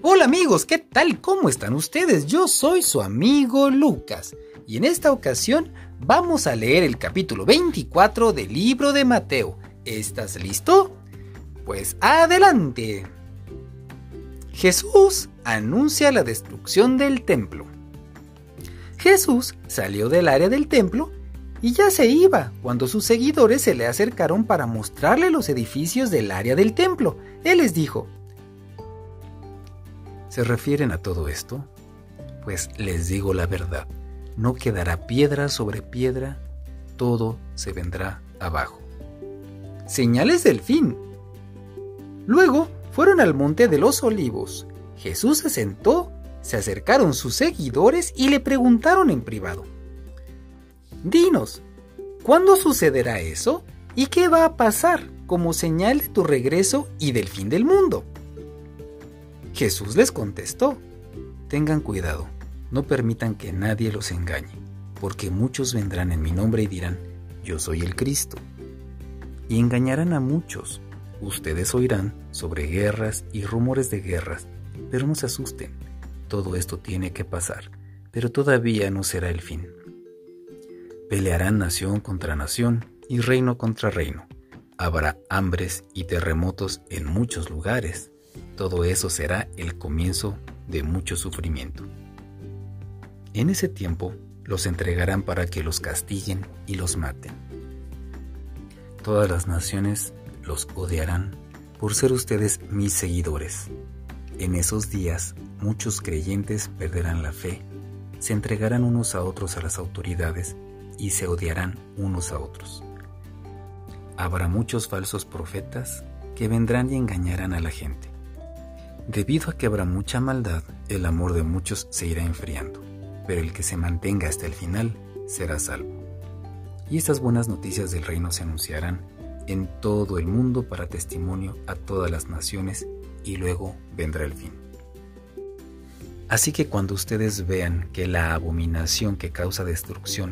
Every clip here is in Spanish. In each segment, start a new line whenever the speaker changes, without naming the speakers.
Hola amigos, ¿qué tal? ¿Cómo están ustedes? Yo soy su amigo Lucas y en esta ocasión vamos a leer el capítulo 24 del libro de Mateo. ¿Estás listo? Pues adelante. Jesús anuncia la destrucción del templo. Jesús salió del área del templo y ya se iba cuando sus seguidores se le acercaron para mostrarle los edificios del área del templo. Él les dijo: ¿se refieren a todo esto? Pues les digo la verdad, no quedará piedra sobre piedra, todo se vendrá abajo. Señales del fin. Luego fueron al monte de los Olivos. Jesús se sentó, se acercaron sus seguidores y le preguntaron en privado: dinos, ¿cuándo sucederá eso? ¿Y qué va a pasar como señal de tu regreso y del fin del mundo? Jesús les contestó: tengan cuidado, no permitan que nadie los engañe, porque muchos vendrán en mi nombre y dirán: yo soy el Cristo, y engañarán a muchos. Ustedes oirán sobre guerras y rumores de guerras, pero no se asusten, todo esto tiene que pasar, pero todavía no será el fin. Pelearán nación contra nación y reino contra reino. Habrá hambres y terremotos en muchos lugares. Todo eso será el comienzo de mucho sufrimiento. En ese tiempo los entregarán para que los castiguen y los maten. Todas las naciones los odiarán por ser ustedes mis seguidores. En esos días muchos creyentes perderán la fe, se entregarán unos a otros a las autoridades y se odiarán unos a otros. Habrá muchos falsos profetas que vendrán y engañarán a la gente. Debido a que habrá mucha maldad, el amor de muchos se irá enfriando, pero el que se mantenga hasta el final será salvo. Y estas buenas noticias del reino se anunciarán en todo el mundo para testimonio a todas las naciones, y luego vendrá el fin. Así que cuando ustedes vean que la abominación que causa destrucción,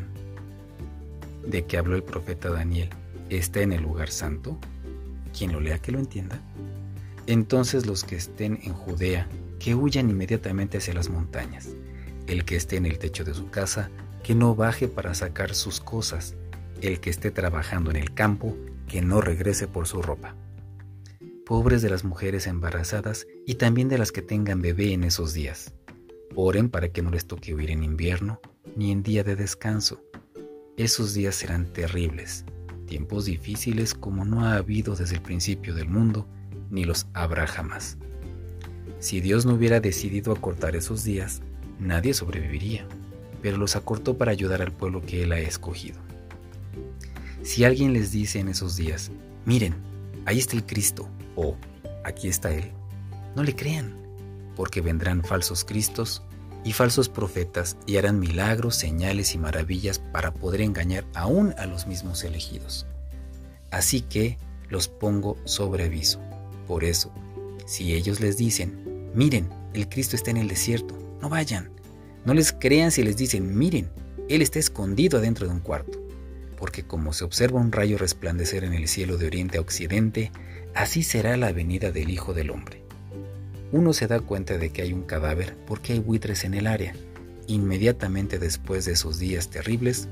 de que habló el profeta Daniel, está en el lugar santo, quien lo lea que lo entienda, entonces los que estén en Judea, que huyan inmediatamente hacia las montañas. El que esté en el techo de su casa, que no baje para sacar sus cosas. El que esté trabajando en el campo, que no regrese por su ropa. Pobres de las mujeres embarazadas y también de las que tengan bebé en esos días. Oren para que no les toque huir en invierno ni en día de descanso. Esos días serán terribles, tiempos difíciles como no ha habido desde el principio del mundo, ni los habrá jamás. Si Dios no hubiera decidido acortar esos días, nadie sobreviviría, pero los acortó para ayudar al pueblo que Él ha escogido. Si alguien les dice en esos días: miren, ahí está el Cristo, o aquí está Él, no le crean, porque vendrán falsos cristos y falsos profetas y harán milagros, señales y maravillas para poder engañar aún a los mismos elegidos. Así que los pongo sobre aviso. Por eso, si ellos les dicen: miren, el Cristo está en el desierto, no vayan. No les crean si les dicen: miren, Él está escondido adentro de un cuarto. Porque como se observa un rayo resplandecer en el cielo de oriente a occidente, así será la venida del Hijo del Hombre. Uno se da cuenta de que hay un cadáver porque hay buitres en el área. Inmediatamente después de esos días terribles,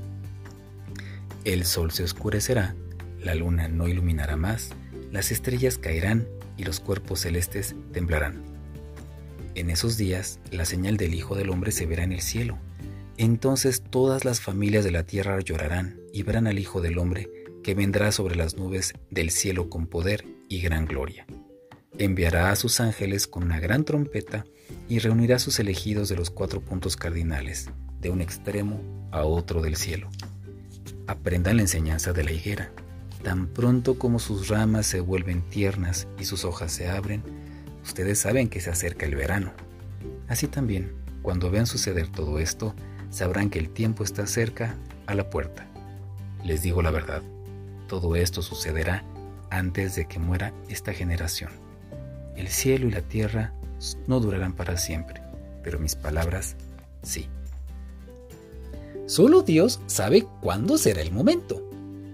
el sol se oscurecerá, la luna no iluminará más, las estrellas caerán y los cuerpos celestes temblarán. En esos días, la señal del Hijo del Hombre se verá en el cielo. Entonces todas las familias de la tierra llorarán y verán al Hijo del Hombre que vendrá sobre las nubes del cielo con poder y gran gloria. Enviará a sus ángeles con una gran trompeta y reunirá a sus elegidos de los 4 puntos cardinales, de un extremo a otro del cielo. Aprendan la enseñanza de la higuera. Tan pronto como sus ramas se vuelven tiernas y sus hojas se abren, ustedes saben que se acerca el verano. Así también, cuando vean suceder todo esto, sabrán que el tiempo está cerca a la puerta. Les digo la verdad, todo esto sucederá antes de que muera esta generación. El cielo y la tierra no durarán para siempre, pero mis palabras sí. Solo Dios sabe cuándo será el momento.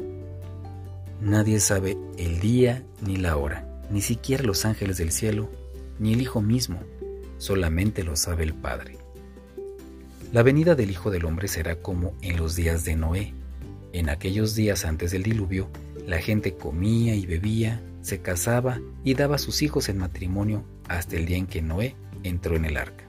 Nadie sabe el día ni la hora, ni siquiera los ángeles del cielo, ni el Hijo mismo, solamente lo sabe el Padre. La venida del Hijo del Hombre será como en los días de Noé. En aquellos días antes del diluvio, la gente comía y bebía, se casaba y daba a sus hijos en matrimonio hasta el día en que Noé entró en el arca.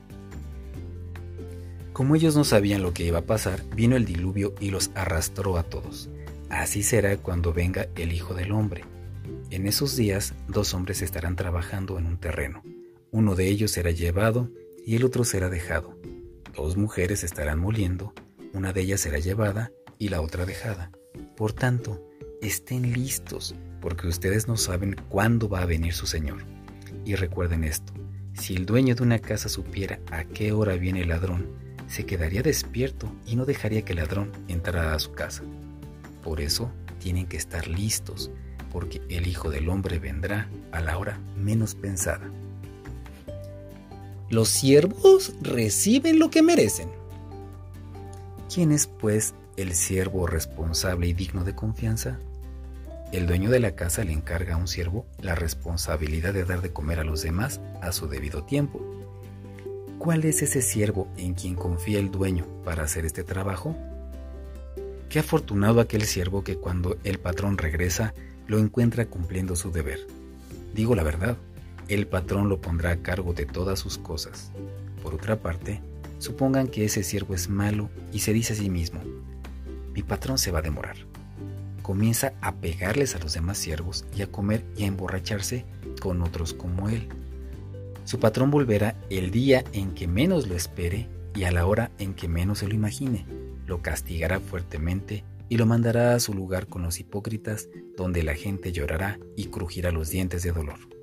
Como ellos no sabían lo que iba a pasar, vino el diluvio y los arrastró a todos. Así será cuando venga el Hijo del Hombre. En esos días, 2 hombres estarán trabajando en un terreno. Uno de ellos será llevado y el otro será dejado. 2 mujeres estarán moliendo, una de ellas será llevada y la otra dejada. Por tanto, estén listos, porque ustedes no saben cuándo va a venir su Señor. Y recuerden esto, si el dueño de una casa supiera a qué hora viene el ladrón, se quedaría despierto y no dejaría que el ladrón entrara a su casa. Por eso tienen que estar listos, porque el Hijo del Hombre vendrá a la hora menos pensada.
Los siervos reciben lo que merecen.
¿Quién es, pues, el siervo responsable y digno de confianza? El dueño de la casa le encarga a un siervo la responsabilidad de dar de comer a los demás a su debido tiempo. ¿Cuál es ese siervo en quien confía el dueño para hacer este trabajo? Qué afortunado aquel siervo que cuando el patrón regresa lo encuentra cumpliendo su deber. Digo la verdad, el patrón lo pondrá a cargo de todas sus cosas. Por otra parte, supongan que ese siervo es malo y se dice a sí mismo: mi patrón se va a demorar. Comienza a pegarles a los demás siervos y a comer y a emborracharse con otros como él. Su patrón volverá el día en que menos lo espere y a la hora en que menos se lo imagine. Lo castigará fuertemente y lo mandará a su lugar con los hipócritas, donde la gente llorará y crujirá los dientes de dolor.